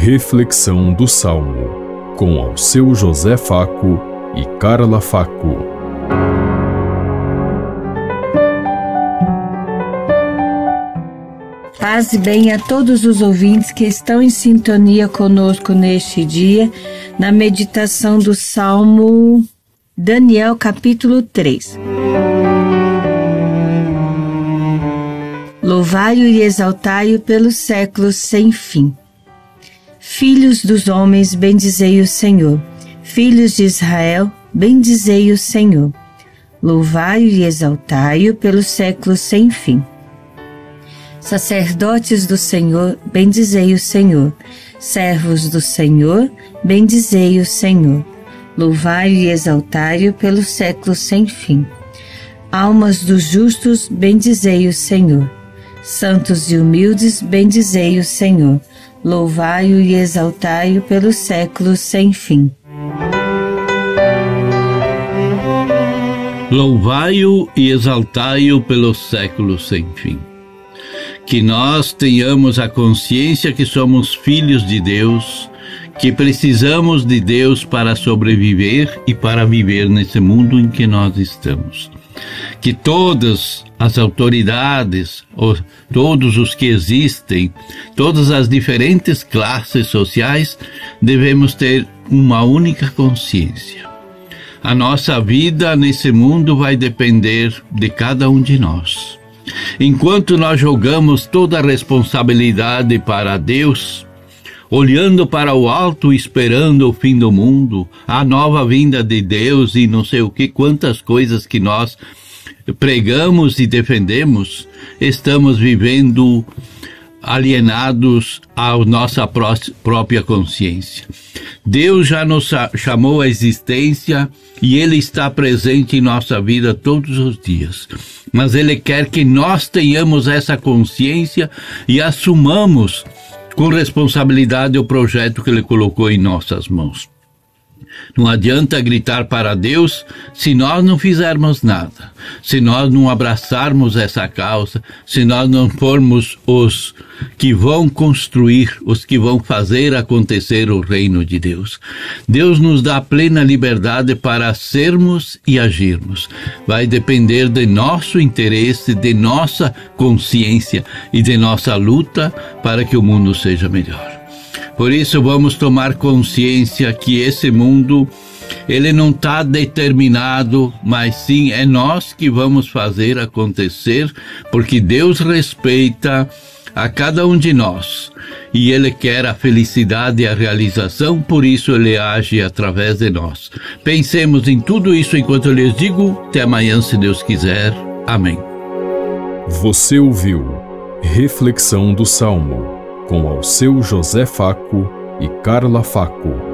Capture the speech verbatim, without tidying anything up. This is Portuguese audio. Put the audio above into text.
Reflexão do Salmo, com Alceu José Faco e Carla Faco. Paz e bem a todos os ouvintes que estão em sintonia conosco neste dia, na meditação do Salmo Daniel, capítulo três. Louvai-o e exaltai-o pelos séculos sem fim. Filhos dos homens, bendizei o Senhor. Filhos de Israel, bendizei o Senhor. Louvai-o e exaltai-o pelos séculos sem fim. Sacerdotes do Senhor, bendizei o Senhor. Servos do Senhor, bendizei o Senhor. Louvai-o e exaltai-o pelos séculos sem fim. Almas dos justos, bendizei o Senhor. Santos e humildes, bendizei o Senhor. Louvai-o e exaltai-o pelos séculos sem fim. Louvai-o e exaltai-o pelos séculos sem fim. Que nós tenhamos a consciência que somos filhos de Deus, que precisamos de Deus para sobreviver e para viver nesse mundo em que nós estamos. Que todas as autoridades, ou todos os que existem, todas as diferentes classes sociais, devemos ter uma única consciência. A nossa vida nesse mundo vai depender de cada um de nós. Enquanto nós jogamos toda a responsabilidade para Deus, olhando para o alto, esperando o fim do mundo, a nova vinda de Deus e não sei o que, quantas coisas que nós pregamos e defendemos, estamos vivendo alienados à nossa pró- própria consciência. Deus já nos chamou à existência e Ele está presente em nossa vida todos os dias. Mas Ele quer que nós tenhamos essa consciência e assumamos com responsabilidade o projeto que Ele colocou em nossas mãos. Não adianta gritar para Deus se nós não fizermos nada, se nós não abraçarmos essa causa, se nós não formos os que vão construir, os que vão fazer acontecer o reino de Deus. Deus nos dá plena liberdade para sermos e agirmos. Vai depender de nosso interesse, de nossa consciência e de nossa luta para que o mundo seja melhor. Por isso vamos tomar consciência que esse mundo, ele não está determinado, mas sim é nós que vamos fazer acontecer, porque Deus respeita a cada um de nós e Ele quer a felicidade e a realização, por isso Ele age através de nós. Pensemos em tudo isso enquanto eu lhes digo. Até amanhã, se Deus quiser. Amém. Você ouviu Reflexão do Salmo, com Alceu José Faco e Carla Faco.